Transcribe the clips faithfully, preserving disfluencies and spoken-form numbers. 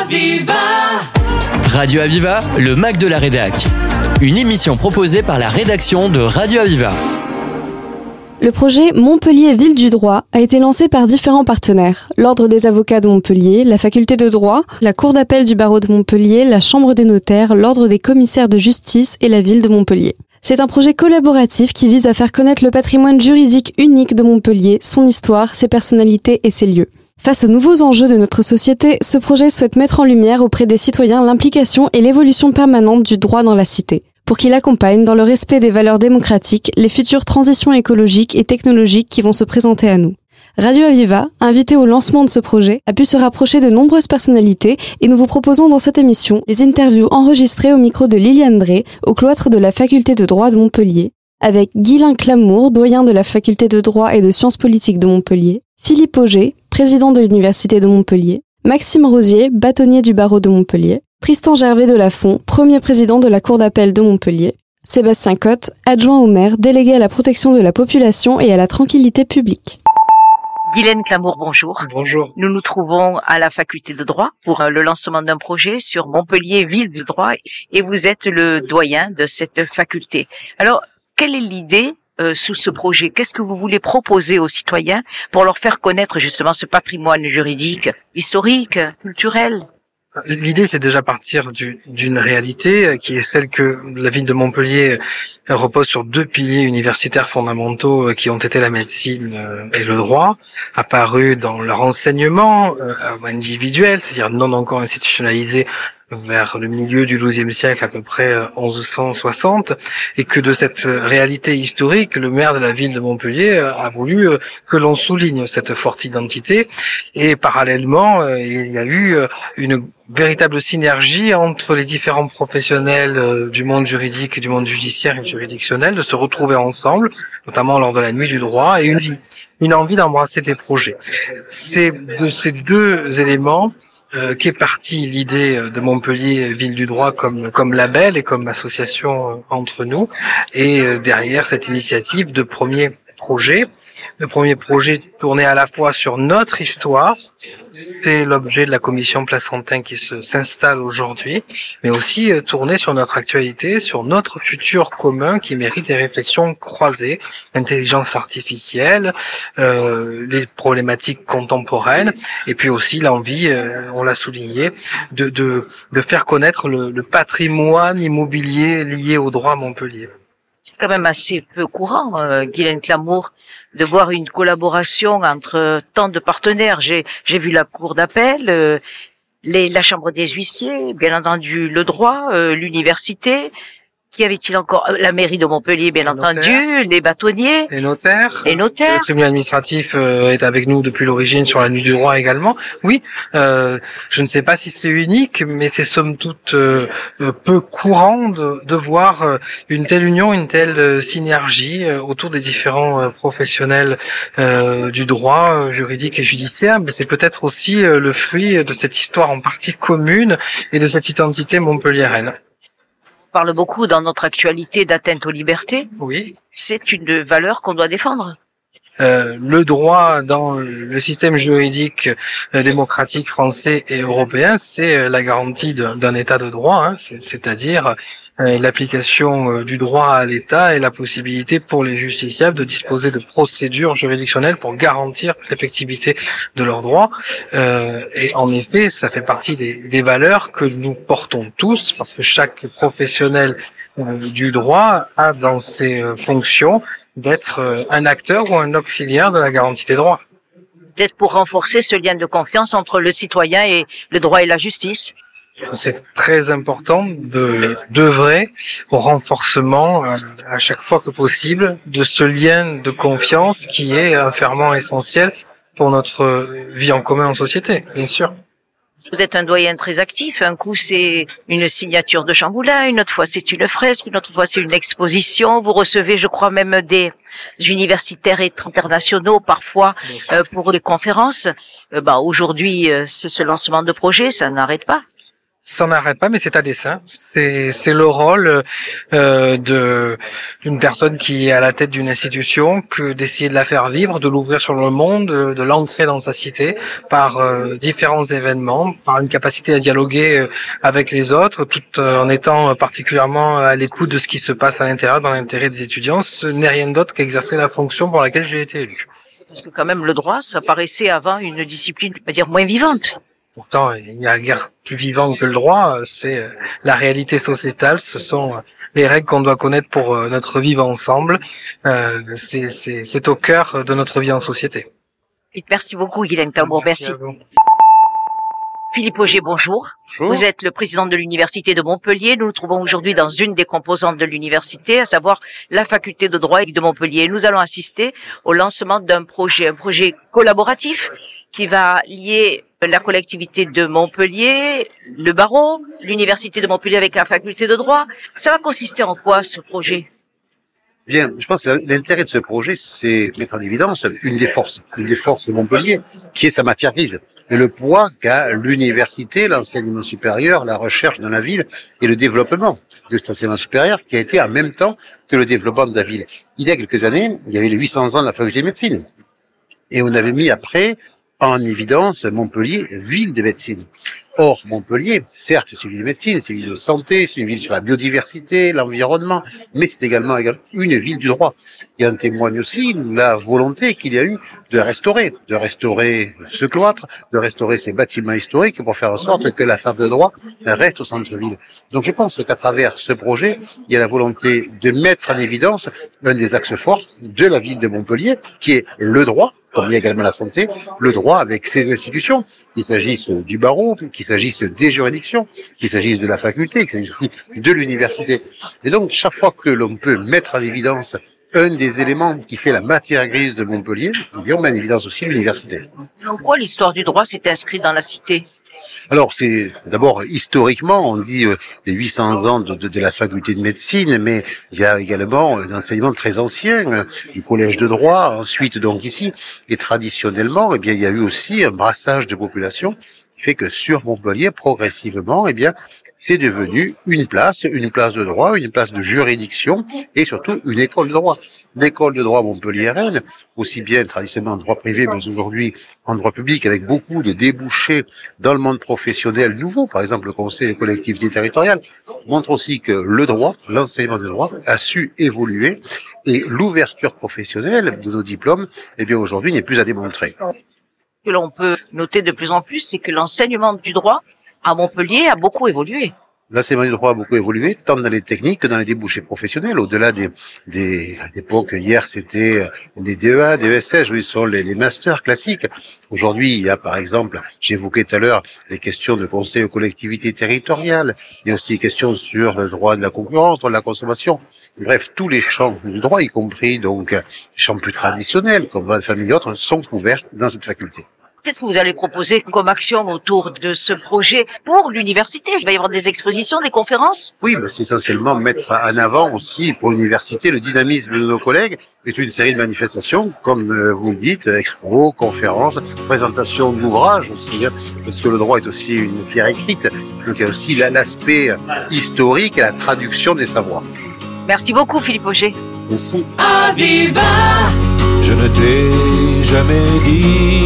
Aviva. Radio Aviva, le Mac de la Rédac. Une émission proposée par la rédaction de Radio Aviva. Le projet Montpellier Ville du Droit a été lancé par différents partenaires. L'Ordre des avocats de Montpellier, la Faculté de droit, la Cour d'appel du barreau de Montpellier, la Chambre des notaires, l'Ordre des commissaires de justice et la Ville de Montpellier. C'est un projet collaboratif qui vise à faire connaître le patrimoine juridique unique de Montpellier, son histoire, ses personnalités et ses lieux. Face aux nouveaux enjeux de notre société, ce projet souhaite mettre en lumière auprès des citoyens l'implication et l'évolution permanente du droit dans la cité, pour qu'il accompagne dans le respect des valeurs démocratiques les futures transitions écologiques et technologiques qui vont se présenter à nous. Radio Aviva, invité au lancement de ce projet, a pu se rapprocher de nombreuses personnalités et nous vous proposons dans cette émission les interviews enregistrées au micro de Liliane Drey, au cloître de la Faculté de droit de Montpellier, avec Guylain Clamour, doyen de la Faculté de droit et de sciences politiques de Montpellier, Philippe Auger, président de l'Université de Montpellier, Maxime Rosier, bâtonnier du barreau de Montpellier, Tristan Gervais de Lafont, premier président de la Cour d'appel de Montpellier, Sébastien Cotte, adjoint au maire, délégué à la protection de la population et à la tranquillité publique. Guylaine Clamour, bonjour. Bonjour. Nous nous trouvons à la Faculté de droit pour le lancement d'un projet sur Montpellier Ville du droit et vous êtes le doyen de cette faculté. Alors, quelle est l'idée euh, sous ce projet? Qu'est-ce que vous voulez proposer aux citoyens pour leur faire connaître justement ce patrimoine juridique, historique, culturel? L'idée, c'est déjà partir du, d'une réalité qui est celle que la ville de Montpellier repose sur deux piliers universitaires fondamentaux qui ont été la médecine et le droit, apparus dans leur enseignement euh, individuel, c'est-à-dire non encore institutionnalisé vers le milieu du douzième siècle, à peu près onze cent soixante, et que de cette réalité historique, le maire de la ville de Montpellier a voulu que l'on souligne cette forte identité, et parallèlement, il y a eu une véritable synergie entre les différents professionnels du monde juridique et du monde judiciaire et juridictionnel de se retrouver ensemble, notamment lors de la nuit du droit, et une vie, une envie d'embrasser des projets. C'est de ces deux éléments Euh, qu'est partie l'idée de Montpellier Ville du droit comme comme label et comme association euh, entre nous, et euh, derrière cette initiative de premier projet, de premier projet tourné à la fois sur notre histoire, c'est l'objet de la commission Placentin qui se s'installe aujourd'hui, mais aussi euh, tourné sur notre actualité, sur notre futur commun qui mérite des réflexions croisées, intelligence artificielle, euh, les problématiques contemporaines, et puis aussi l'envie, euh, on l'a souligné, de de de faire connaître le, le patrimoine immobilier lié au droit à Montpellier. C'est quand même assez peu courant, euh, Guylaine Clamour, de voir une collaboration entre tant de partenaires. J'ai, j'ai vu la cour d'appel, euh, les, la chambre des huissiers, bien entendu le droit, euh, l'université. Qui avait-il encore? La mairie de Montpellier, bien les entendu, notaires, les bâtonniers, les notaires. les notaires. Le tribunal administratif euh, est avec nous depuis l'origine sur la nuit du droit également. Oui, euh, je ne sais pas si c'est unique, mais c'est somme toute euh, peu courant de, de voir euh, une telle union, une telle euh, synergie euh, autour des différents euh, professionnels euh, du droit euh, juridique et judiciaire. Mais c'est peut-être aussi euh, le fruit de cette histoire en partie commune et de cette identité montpelliéraine. On parle beaucoup dans notre actualité d'atteinte aux libertés. Oui. C'est une valeur qu'on doit défendre. Euh, le droit dans le système juridique euh, démocratique français et européen, c'est euh, la garantie d'un, d'un état de droit, hein, c'est, c'est-à-dire euh, l'application euh, du droit à l'État et la possibilité pour les justiciables de disposer de procédures juridictionnelles pour garantir l'effectivité de leurs droits. Euh, et en effet, ça fait partie des, des valeurs que nous portons tous, parce que chaque professionnel euh, du droit a dans ses euh, fonctions d'être un acteur ou un auxiliaire de la garantie des droits. Peut-être pour renforcer ce lien de confiance entre le citoyen et le droit et la justice. C'est très important de d'œuvrer au renforcement euh, à chaque fois que possible de ce lien de confiance qui est un ferment essentiel pour notre vie en commun en société, bien sûr. Vous êtes un doyen très actif. Un coup, c'est une signature de Chamboulin. Une autre fois, c'est une fresque. Une autre fois, c'est une exposition. Vous recevez, je crois, même des universitaires et internationaux, parfois, euh, pour des conférences. Euh, bah, aujourd'hui, euh, c'est ce lancement de projet. Ça n'arrête pas. Ça n'arrête pas, mais c'est à dessein. C'est c'est le rôle euh, de d'une personne qui est à la tête d'une institution que d'essayer de la faire vivre, de l'ouvrir sur le monde, de, de l'ancrer dans sa cité par euh, différents événements, par une capacité à dialoguer euh, avec les autres, tout euh, en étant particulièrement à l'écoute de ce qui se passe à l'intérieur dans l'intérêt des étudiants. Ce n'est rien d'autre qu'exercer la fonction pour laquelle j'ai été élu. Parce que quand même le droit, ça paraissait avant une discipline, on va dire, moins vivante. Pourtant, il n'y a guère plus vivant que le droit, c'est la réalité sociétale, ce sont les règles qu'on doit connaître pour notre vivre ensemble, euh, c'est, c'est, c'est au cœur de notre vie en société. Merci beaucoup Guylaine Tambour, merci. merci. Philippe Auger, bonjour. bonjour. Vous êtes le président de l'Université de Montpellier. Nous nous trouvons aujourd'hui dans une des composantes de l'université, à savoir la faculté de droit de Montpellier. Nous allons assister au lancement d'un projet, un projet collaboratif qui va lier la collectivité de Montpellier, le barreau, l'Université de Montpellier avec la faculté de droit. Ça va consister en quoi ce projet ? Bien, je pense que l'intérêt de ce projet, c'est mettre en évidence une des forces, une des forces de Montpellier, qui est sa matière grise, et le poids qu'a l'université, l'enseignement supérieur, la recherche dans la ville, et le développement de cet enseignement supérieur, qui a été en même temps que le développement de la ville. Il y a quelques années, il y avait les huit cents ans de la faculté de médecine, et on avait mis après en évidence Montpellier, ville de médecine. Or, Montpellier, certes, c'est une ville de médecine, c'est une ville de santé, c'est une ville sur la biodiversité, l'environnement, mais c'est également une ville du droit. Et en témoigne aussi la volonté qu'il y a eu de restaurer, de restaurer ce cloître, de restaurer ces bâtiments historiques pour faire en sorte que la fac de droit reste au centre-ville. Donc je pense qu'à travers ce projet, il y a la volonté de mettre en évidence un des axes forts de la ville de Montpellier, qui est le droit, comme il y a également la santé, le droit avec ses institutions, qu'il s'agisse du barreau, qu'il s'agisse des juridictions, qu'il s'agisse de la faculté, qu'il s'agisse de l'université. Et donc, chaque fois que l'on peut mettre en évidence un des éléments qui fait la matière grise de Montpellier, eh bien, on met en évidence aussi l'université. En quoi l'histoire du droit s'est inscrite dans la cité ? Alors, c'est d'abord historiquement, on dit euh, les huit cents ans de, de, de la faculté de médecine, mais il y a également un enseignement très ancien euh, du collège de droit, ensuite donc ici, et traditionnellement, eh bien, il y a eu aussi un brassage de population qui fait que sur Montpellier, progressivement, eh bien, c'est devenu une place, une place de droit, une place de juridiction et surtout une école de droit. L'école de droit montpelliéraine, aussi bien traditionnellement en droit privé, mais aujourd'hui en droit public, avec beaucoup de débouchés dans le monde professionnel nouveau, par exemple le conseil des collectivités territoriales, montre aussi que le droit, l'enseignement du droit, a su évoluer et l'ouverture professionnelle de nos diplômes, eh bien aujourd'hui n'est plus à démontrer. Ce que l'on peut noter de plus en plus, c'est que l'enseignement du droit à Montpellier a beaucoup évolué. L'enseignement du droit a beaucoup évolué, tant dans les techniques que dans les débouchés professionnels. Au-delà des, des, à l'époque, hier, c'était les D E A, D E S S, oui, ce sont les, les masters classiques. Aujourd'hui, il y a, par exemple, j'évoquais tout à l'heure les questions de conseil aux collectivités territoriales. Il y a aussi des questions sur le droit de la concurrence, le droit de la consommation. Bref, tous les champs du droit, y compris, donc, les champs plus traditionnels, comme la famille et autres, sont couverts dans cette faculté. Qu'est-ce que vous allez proposer comme action autour de ce projet pour l'université ? Il va y avoir des expositions, des conférences ? Oui, bah c'est essentiellement mettre en avant aussi pour l'université le dynamisme de nos collègues et toute une série de manifestations, comme euh, vous le dites, expos, conférences, présentation d'ouvrages aussi, hein, parce que le droit est aussi une matière écrite, donc il y a aussi l'aspect historique et la traduction des savoirs. Merci beaucoup Philippe Auger. Merci. Aviva, je ne t'ai jamais dit,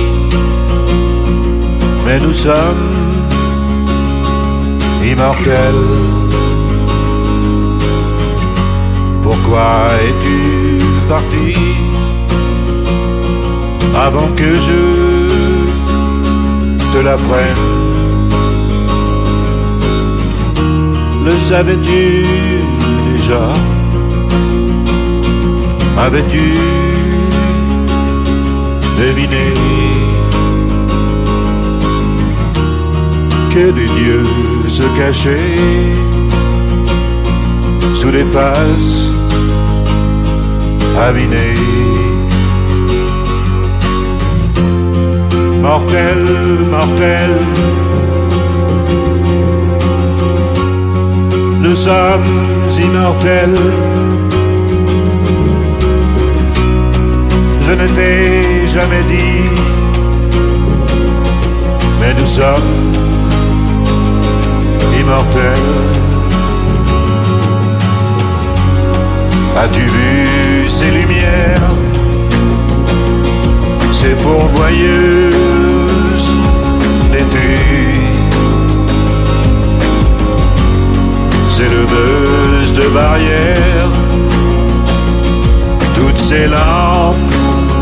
mais nous sommes immortels. Pourquoi es-tu parti avant que je te l'apprenne? Le savais-tu déjà? Avais-tu deviné que des dieux se cachaient sous des faces avinées? Mortel, mortel, nous sommes immortels. Je ne t'ai jamais dit, mais nous sommes immortel. As-tu vu ces lumières, ces pourvoyeuses d'été, ces leveuses de barrières, toutes ces lampes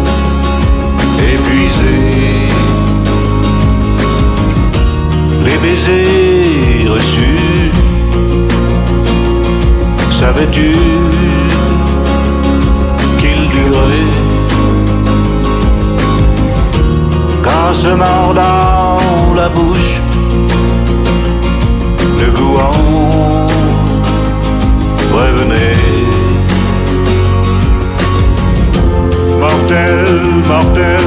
épuisées, les baisers reçus, savais-tu qu'ils duraient? Quand se mordant la bouche, le goût en revenait. Mortel, mortel,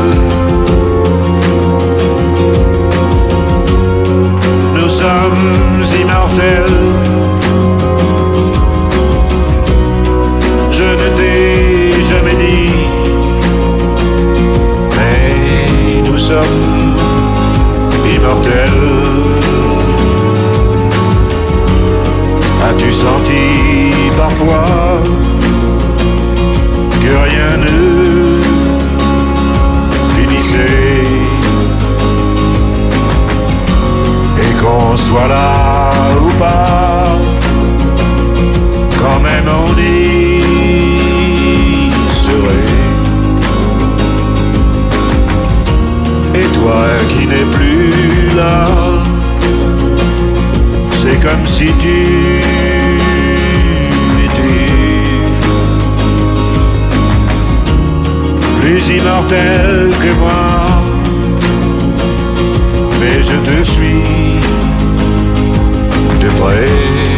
nous sommes immortels. Je ne t'ai jamais dit, mais nous sommes immortels. As-tu senti parfois que rien ne finissait, et qu'on soit là ou pas, quand même on y serait. Et toi qui n'es plus là, c'est comme si tu étais plus immortel que moi, mais je te suis de près.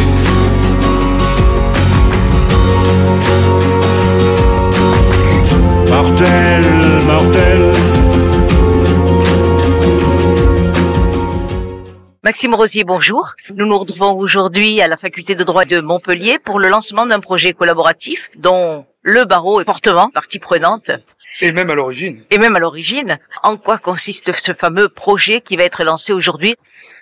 Mortel, mortel. Maxime Rosier, bonjour. Nous nous retrouvons aujourd'hui à la faculté de droit de Montpellier pour le lancement d'un projet collaboratif dont le barreau est fortement partie prenante. Et même à l'origine. Et même à l'origine. En quoi consiste ce fameux projet qui va être lancé aujourd'hui?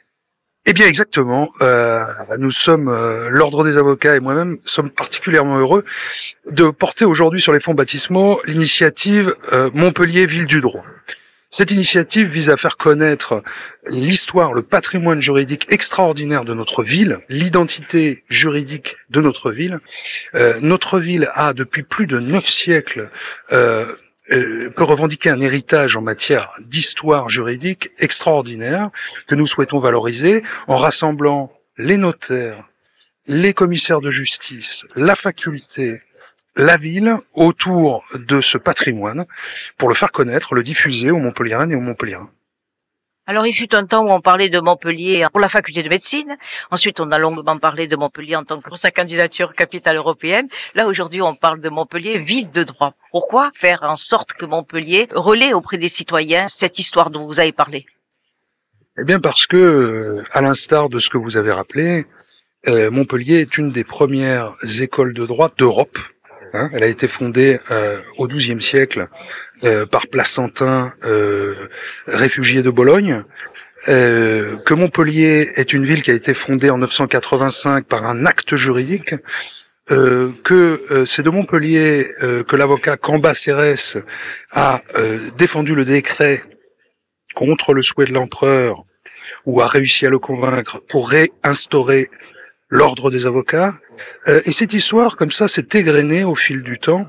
Eh bien, exactement. Euh, nous sommes, euh, l'Ordre des avocats et moi-même, sommes particulièrement heureux de porter aujourd'hui sur les fonds baptismaux l'initiative euh, Montpellier Ville du droit. Cette initiative vise à faire connaître l'histoire, le patrimoine juridique extraordinaire de notre ville, l'identité juridique de notre ville. Euh, notre ville a, depuis plus de neuf siècles, euh, euh, peut revendiquer un héritage en matière d'histoire juridique extraordinaire que nous souhaitons valoriser en rassemblant les notaires, les commissaires de justice, la faculté, la ville autour de ce patrimoine pour le faire connaître, le diffuser aux Montpelliéraines et aux Montpelliérains. Alors, il fut un temps où on parlait de Montpellier pour la faculté de médecine. Ensuite, on a longuement parlé de Montpellier en tant que pour sa candidature capitale européenne. Là, aujourd'hui, on parle de Montpellier, ville de droit. Pourquoi faire en sorte que Montpellier relaie auprès des citoyens cette histoire dont vous avez parlé? Eh bien, parce que, à l'instar de ce que vous avez rappelé, euh, Montpellier est une des premières écoles de droit d'Europe. Hein, elle a été fondée euh, au douzième siècle euh, par Placentin, euh, réfugié de Bologne. Euh, que Montpellier est une ville qui a été fondée en neuf cent quatre-vingt-cinq par un acte juridique. Euh, que euh, c'est de Montpellier euh, que l'avocat Cambacérès a euh, défendu le décret contre le souhait de l'empereur, ou a réussi à le convaincre pour réinstaurer l'ordre des avocats. Euh, et cette histoire, comme ça, s'est égrenée au fil du temps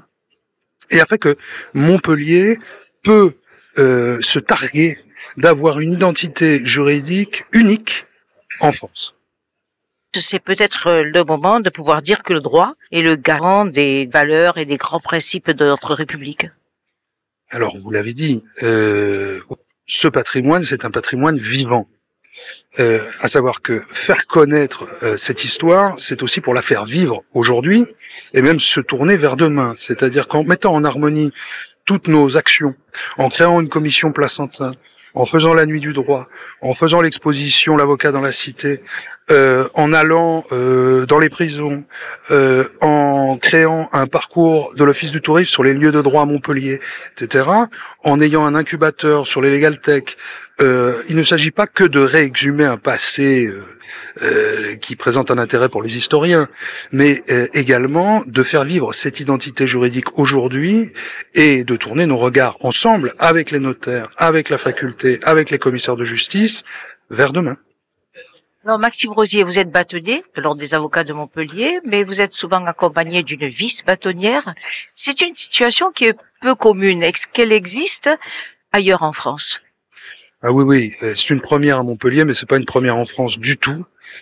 et a fait que Montpellier peut euh, se targuer d'avoir une identité juridique unique en France. C'est peut-être le moment de pouvoir dire que le droit est le garant des valeurs et des grands principes de notre République. Alors, vous l'avez dit, euh, ce patrimoine, c'est un patrimoine vivant. Euh, à savoir que faire connaître euh, cette histoire, c'est aussi pour la faire vivre aujourd'hui et même se tourner vers demain. C'est-à-dire qu'en mettant en harmonie toutes nos actions, en créant une commission Placentin, en faisant la nuit du droit, en faisant l'exposition L'avocat dans la cité, euh, en allant euh, dans les prisons, euh, en créant un parcours de l'Office du tourisme sur les lieux de droit à Montpellier, et cetera, en ayant un incubateur sur les Legal Tech. Euh, il ne s'agit pas que de réexhumer un passé euh, euh, qui présente un intérêt pour les historiens, mais euh, également de faire vivre cette identité juridique aujourd'hui et de tourner nos regards ensemble avec les notaires, avec la faculté, avec les commissaires de justice vers demain. Alors, Maxime Rosier, vous êtes bâtonnier de l'Ordre des avocats de Montpellier, mais vous êtes souvent accompagné d'une vice-bâtonnière. C'est une situation qui est peu commune. Est-ce qu'elle existe ailleurs en France? Ah oui, oui, c'est une première à Montpellier, mais c'est pas une première en France du tout.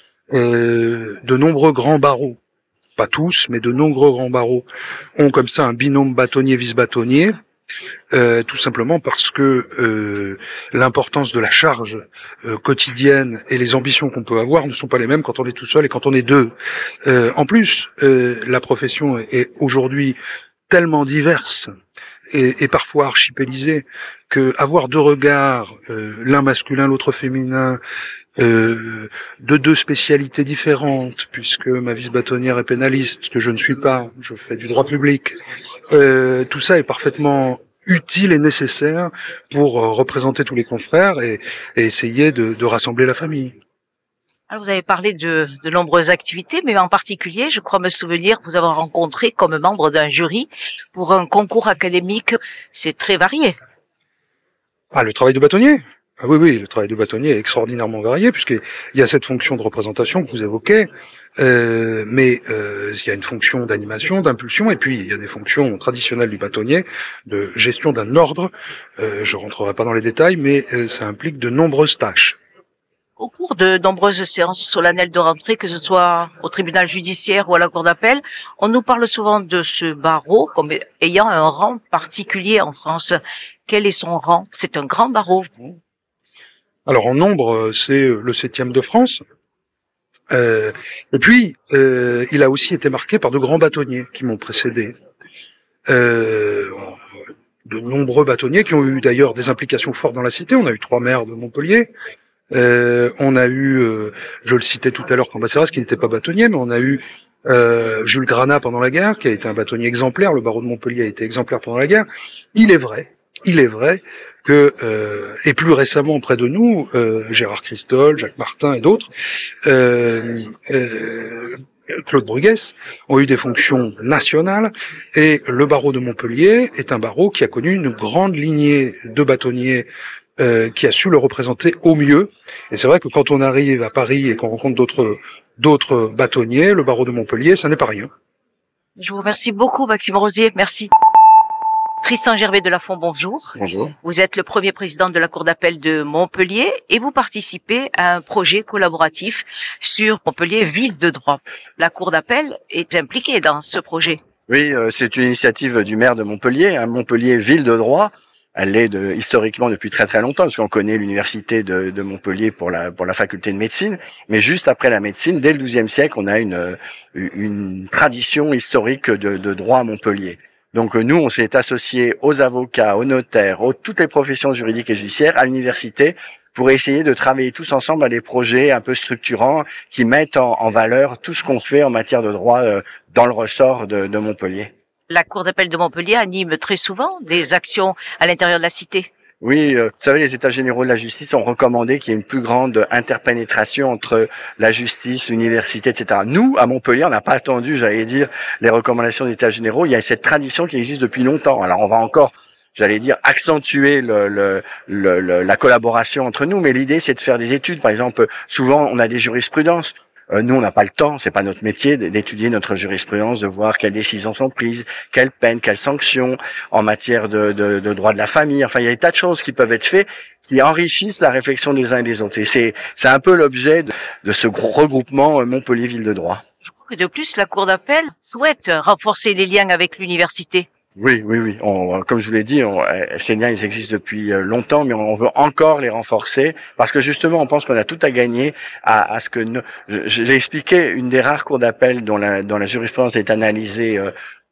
Euh, de nombreux grands barreaux, pas tous, mais de nombreux grands barreaux ont comme ça un binôme bâtonnier-vice-bâtonnier, euh, tout simplement parce que euh, l'importance de la charge euh, quotidienne et les ambitions qu'on peut avoir ne sont pas les mêmes quand on est tout seul et quand on est deux. Euh, en plus, euh, la profession est aujourd'hui tellement diverse et, et parfois archipélisée que avoir deux regards, euh, l'un masculin, l'autre féminin, euh, de deux spécialités différentes, puisque ma vice-bâtonnière est pénaliste, que je ne suis pas, je fais du droit public, euh, tout ça est parfaitement utile et nécessaire pour euh, représenter tous les confrères et, et essayer de, de rassembler la famille. Alors, vous avez parlé de, de nombreuses activités, mais en particulier, je crois me souvenir vous avoir rencontré comme membre d'un jury pour un concours académique. C'est très varié. Ah, le travail de bâtonnier? Ah oui, oui, le travail de bâtonnier est extraordinairement varié, puisqu'il y a cette fonction de représentation que vous évoquez, euh, mais euh, il y a une fonction d'animation, d'impulsion, et puis il y a des fonctions traditionnelles du bâtonnier, de gestion d'un ordre. Euh, je rentrerai pas dans les détails, mais euh, ça implique de nombreuses tâches. Au cours de nombreuses séances solennelles de rentrée, que ce soit au tribunal judiciaire ou à la cour d'appel, on nous parle souvent de ce barreau comme ayant un rang particulier en France. Quel est son rang? C'est un grand barreau. Alors en nombre, c'est le septième de France. Euh, et puis, euh, il a aussi été marqué par de grands bâtonniers qui m'ont précédé. Euh, de nombreux bâtonniers qui ont eu d'ailleurs des implications fortes dans la cité. On a eu trois maires de Montpellier. Euh, on a eu, euh, je le citais tout à l'heure, Cambacérès, qui n'était pas bâtonnier, mais on a eu euh, Jules Granat pendant la guerre, qui a été un bâtonnier exemplaire. Le barreau de Montpellier a été exemplaire pendant la guerre. Il est vrai, il est vrai que, euh, et plus récemment près de nous, euh, Gérard Christol, Jacques Martin et d'autres, euh, euh, Claude Bruguès, ont eu des fonctions nationales, et le barreau de Montpellier est un barreau qui a connu une grande lignée de bâtonniers Euh, qui a su le représenter au mieux. Et c'est vrai que quand on arrive à Paris et qu'on rencontre d'autres d'autres bâtonniers, le barreau de Montpellier, ça n'est pas rien. Je vous remercie beaucoup, Maxime Rosier. Merci. Tristan Gervais de Lafont, bonjour. Bonjour. Vous êtes le premier président de la Cour d'appel de Montpellier et vous participez à un projet collaboratif sur Montpellier Ville de droit. La Cour d'appel est impliquée dans ce projet. Oui, euh, c'est une initiative du maire de Montpellier, hein, Montpellier Ville de droit. Elle l'est de, historiquement depuis très très longtemps, parce qu'on connaît l'université de, de Montpellier pour la pour la faculté de médecine. Mais juste après la médecine, dès le douzième siècle, on a une une tradition historique de, de droit à Montpellier. Donc nous, on s'est associés aux avocats, aux notaires, aux toutes les professions juridiques et judiciaires à l'université pour essayer de travailler tous ensemble à des projets un peu structurants qui mettent en, en valeur tout ce qu'on fait en matière de droit euh, dans le ressort de, de Montpellier. La Cour d'appel de Montpellier anime très souvent des actions à l'intérieur de la cité. Oui, euh, vous savez, les États généraux de la justice ont recommandé qu'il y ait une plus grande interpénétration entre la justice, l'université, et cetera. Nous, à Montpellier, on n'a pas attendu, j'allais dire, les recommandations des États généraux. Il y a cette tradition qui existe depuis longtemps. Alors, on va encore, j'allais dire, accentuer le, le, le, le, la collaboration entre nous, mais l'idée, c'est de faire des études. Par exemple, souvent, on a des jurisprudences. Euh, nous, on n'a pas le temps, c'est pas notre métier d'étudier notre jurisprudence, de voir quelles décisions sont prises, quelles peines, quelles sanctions en matière de, de, de droit de la famille. Enfin, il y a des tas de choses qui peuvent être faites qui enrichissent la réflexion des uns et des autres. Et c'est, c'est un peu l'objet de, de ce gros regroupement Montpellier Ville de droit. Je crois que de plus, la Cour d'appel souhaite renforcer les liens avec l'université. Oui, oui, oui. On, comme je vous l'ai dit, on, ces liens, ils existent depuis longtemps, mais on veut encore les renforcer parce que justement, on pense qu'on a tout à gagner à, à ce que nous, je, je l'ai expliqué, une des rares cours d'appel dont la, dont la jurisprudence est analysée euh,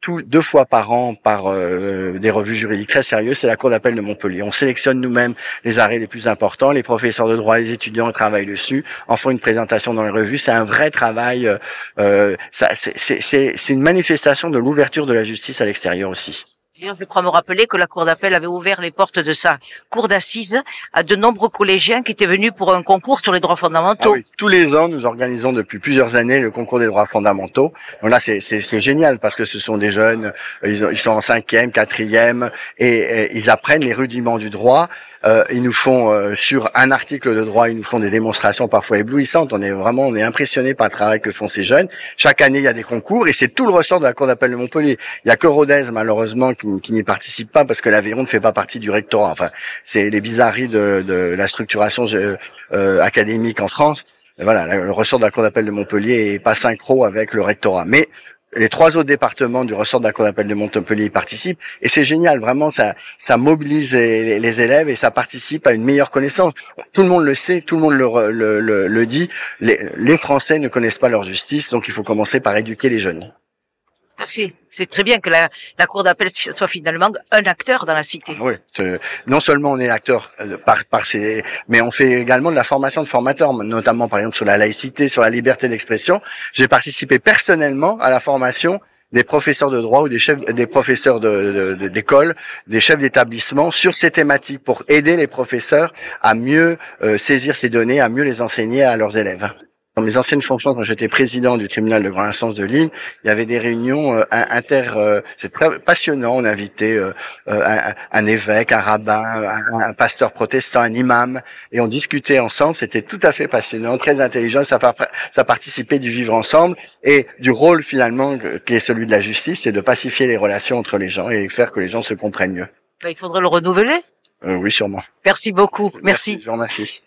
tout, deux fois par an par euh, des revues juridiques très sérieuses, c'est la Cour d'appel de Montpellier. On sélectionne nous-mêmes les arrêts les plus importants, les professeurs de droit, les étudiants travaillent dessus, en font une présentation dans les revues. C'est un vrai travail, euh, ça, c'est, c'est, c'est, c'est une manifestation de l'ouverture de la justice à l'extérieur aussi. Je crois me rappeler que la Cour d'appel avait ouvert les portes de sa cour d'assises à de nombreux collégiens qui étaient venus pour un concours sur les droits fondamentaux. Ah oui, tous les ans, nous organisons depuis plusieurs années le concours des droits fondamentaux. Donc là, c'est, c'est, c'est génial parce que ce sont des jeunes, ils, ont, ils sont en cinquième, quatrième, et, et ils apprennent les rudiments du droit. Euh, ils nous font euh, sur un article de droit, ils nous font des démonstrations parfois éblouissantes. On est vraiment, on est impressionné par le travail que font ces jeunes. Chaque année, il y a des concours et c'est tout le ressort de la Cour d'appel de Montpellier. Il y a que Rodez, malheureusement, qui, qui n'y participe pas parce que l'Aveyron ne fait pas partie du rectorat. Enfin, c'est les bizarreries de, de la structuration euh, académique en France. Et voilà, le ressort de la Cour d'appel de Montpellier est pas synchro avec le rectorat. Mais les trois autres départements du ressort de la Cour d'appel de Montpellier y participent et c'est génial, vraiment ça ça mobilise les, les élèves et ça participe à une meilleure connaissance. Tout le monde le sait, tout le monde le, le, le, le dit, les, les Français ne connaissent pas leur justice, donc il faut commencer par éduquer les jeunes. Tout à fait. C'est très bien que la, la Cour d'appel soit finalement un acteur dans la cité. Oui, non seulement on est acteur par, par ces, mais on fait également de la formation de formateurs, notamment par exemple sur la laïcité, sur la liberté d'expression. J'ai participé personnellement à la formation des professeurs de droit ou des chefs, des professeurs de, de, d'école, des chefs d'établissement sur ces thématiques pour aider les professeurs à mieux euh, saisir ces données, à mieux les enseigner à leurs élèves. Dans mes anciennes fonctions, quand j'étais président du tribunal de grande instance de Lille, il y avait des réunions euh, inter, euh, c'est très passionnant. On invitait euh, un, un évêque, un rabbin, un, un pasteur protestant, un imam, et on discutait ensemble. C'était tout à fait passionnant, très intelligent. Ça, ça participait du vivre ensemble et du rôle finalement qui est celui de la justice, c'est de pacifier les relations entre les gens et faire que les gens se comprennent mieux. Il faudrait le renouveler. Euh, oui, sûrement. Merci beaucoup. Merci. Merci. Je vous remercie.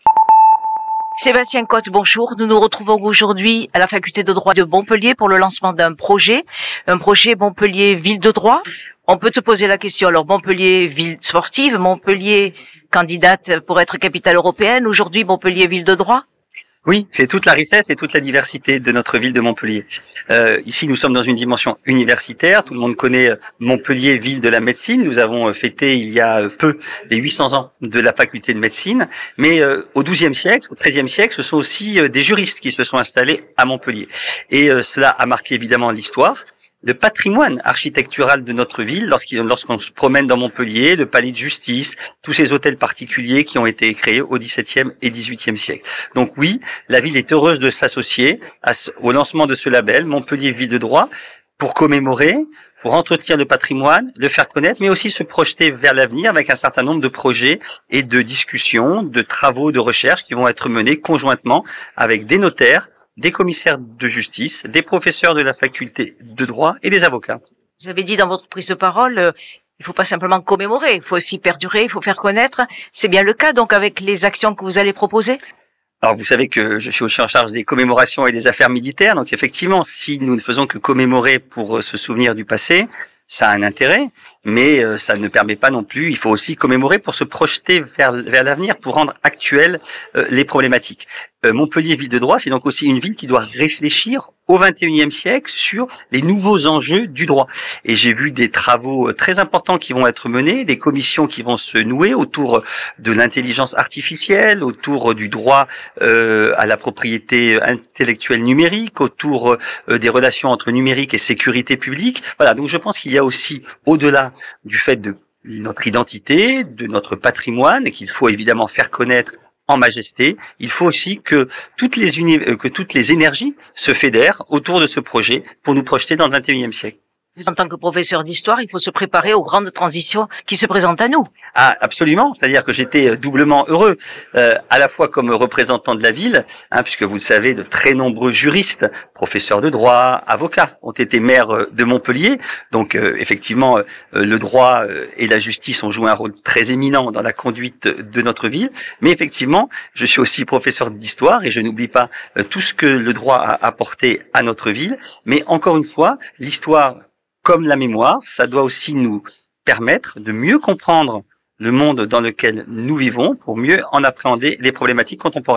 Sébastien Cotte, bonjour. Nous nous retrouvons aujourd'hui à la faculté de droit de Montpellier pour le lancement d'un projet, un projet Montpellier Ville de droit. On peut se poser la question, alors Montpellier Ville sportive, Montpellier candidate pour être capitale européenne, aujourd'hui Montpellier Ville de droit. Oui, c'est toute la richesse et toute la diversité de notre ville de Montpellier. Euh, ici, nous sommes dans une dimension universitaire. Tout le monde connaît Montpellier, ville de la médecine. Nous avons fêté il y a peu les huit cents ans de la faculté de médecine. Mais euh, au douzième siècle, au treizième siècle, ce sont aussi euh, des juristes qui se sont installés à Montpellier. Et euh, cela a marqué évidemment l'histoire. Le patrimoine architectural de notre ville, lorsqu'il, lorsqu'on se promène dans Montpellier, le palais de justice, tous ces hôtels particuliers qui ont été créés au dix-septième et dix-huitième siècle. Donc oui, la ville est heureuse de s'associer à ce, au lancement de ce label, Montpellier Ville de droit, pour commémorer, pour entretenir le patrimoine, le faire connaître, mais aussi se projeter vers l'avenir avec un certain nombre de projets et de discussions, de travaux, de recherches qui vont être menés conjointement avec des notaires, des commissaires de justice, des professeurs de la faculté de droit et des avocats. Vous avez dit dans votre prise de parole, euh, il faut pas simplement commémorer, il faut aussi perdurer, il faut faire connaître. C'est bien le cas donc avec les actions que vous allez proposer? Alors vous savez que je suis aussi en charge des commémorations et des affaires militaires, donc effectivement, si nous ne faisons que commémorer pour se souvenir du passé, ça a un intérêt, mais euh, ça ne permet pas non plus, il faut aussi commémorer pour se projeter vers, vers l'avenir, pour rendre actuelles euh, les problématiques. Euh, Montpellier, ville de droit, c'est donc aussi une ville qui doit réfléchir au vingt et unième siècle sur les nouveaux enjeux du droit. Et j'ai vu des travaux très importants qui vont être menés, des commissions qui vont se nouer autour de l'intelligence artificielle, autour du droit euh, à la propriété intellectuelle numérique, autour euh, des relations entre numérique et sécurité publique. Voilà, donc je pense qu'il y a aussi, au-delà du fait de notre identité, de notre patrimoine, et qu'il faut évidemment faire connaître en majesté, il faut aussi que toutes les uni- que toutes les énergies se fédèrent autour de ce projet pour nous projeter dans le vingt et unième siècle. En tant que professeur d'histoire, il faut se préparer aux grandes transitions qui se présentent à nous. Ah, absolument. C'est-à-dire que j'étais doublement heureux, euh, à la fois comme représentant de la ville, hein, puisque vous le savez, de très nombreux juristes, professeurs de droit, avocats, ont été maires de Montpellier. Donc, euh, effectivement, euh, le droit et la justice ont joué un rôle très éminent dans la conduite de notre ville. Mais effectivement, je suis aussi professeur d'histoire et je n'oublie pas euh, tout ce que le droit a apporté à notre ville. Mais encore une fois, l'histoire, comme la mémoire, ça doit aussi nous permettre de mieux comprendre le monde dans lequel nous vivons pour mieux en appréhender les problématiques contemporaines.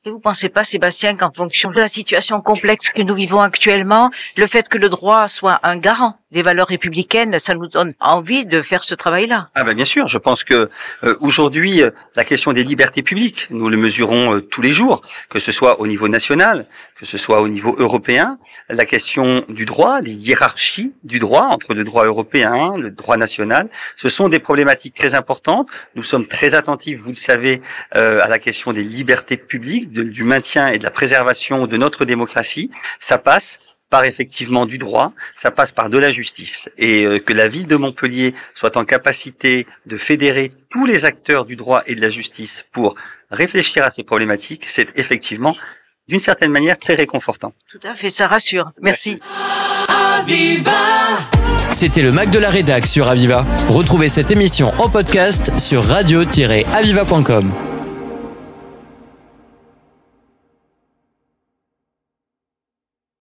Et vous pensez pas, Sébastien, qu'en fonction de la situation complexe que nous vivons actuellement, le fait que le droit soit un garant des valeurs républicaines, ça nous donne envie de faire ce travail-là? Ah ben bien sûr, je pense que euh, aujourd'hui, la question des libertés publiques, nous le mesurons euh, tous les jours, que ce soit au niveau national, que ce soit au niveau européen, la question du droit, des hiérarchies du droit entre le droit européen, le droit national, ce sont des problématiques très importantes. Nous sommes très attentifs, vous le savez, euh, à la question des libertés publiques, de, du maintien et de la préservation de notre démocratie. Ça passe par effectivement du droit, ça passe par de la justice. Et euh, que la ville de Montpellier soit en capacité de fédérer tous les acteurs du droit et de la justice pour réfléchir à ces problématiques, c'est effectivement, d'une certaine manière, très réconfortant. Tout à fait, ça rassure. Merci. Aviva. C'était le Mac de la Rédac sur Aviva. Retrouvez cette émission en podcast sur radio tiret aviva point com.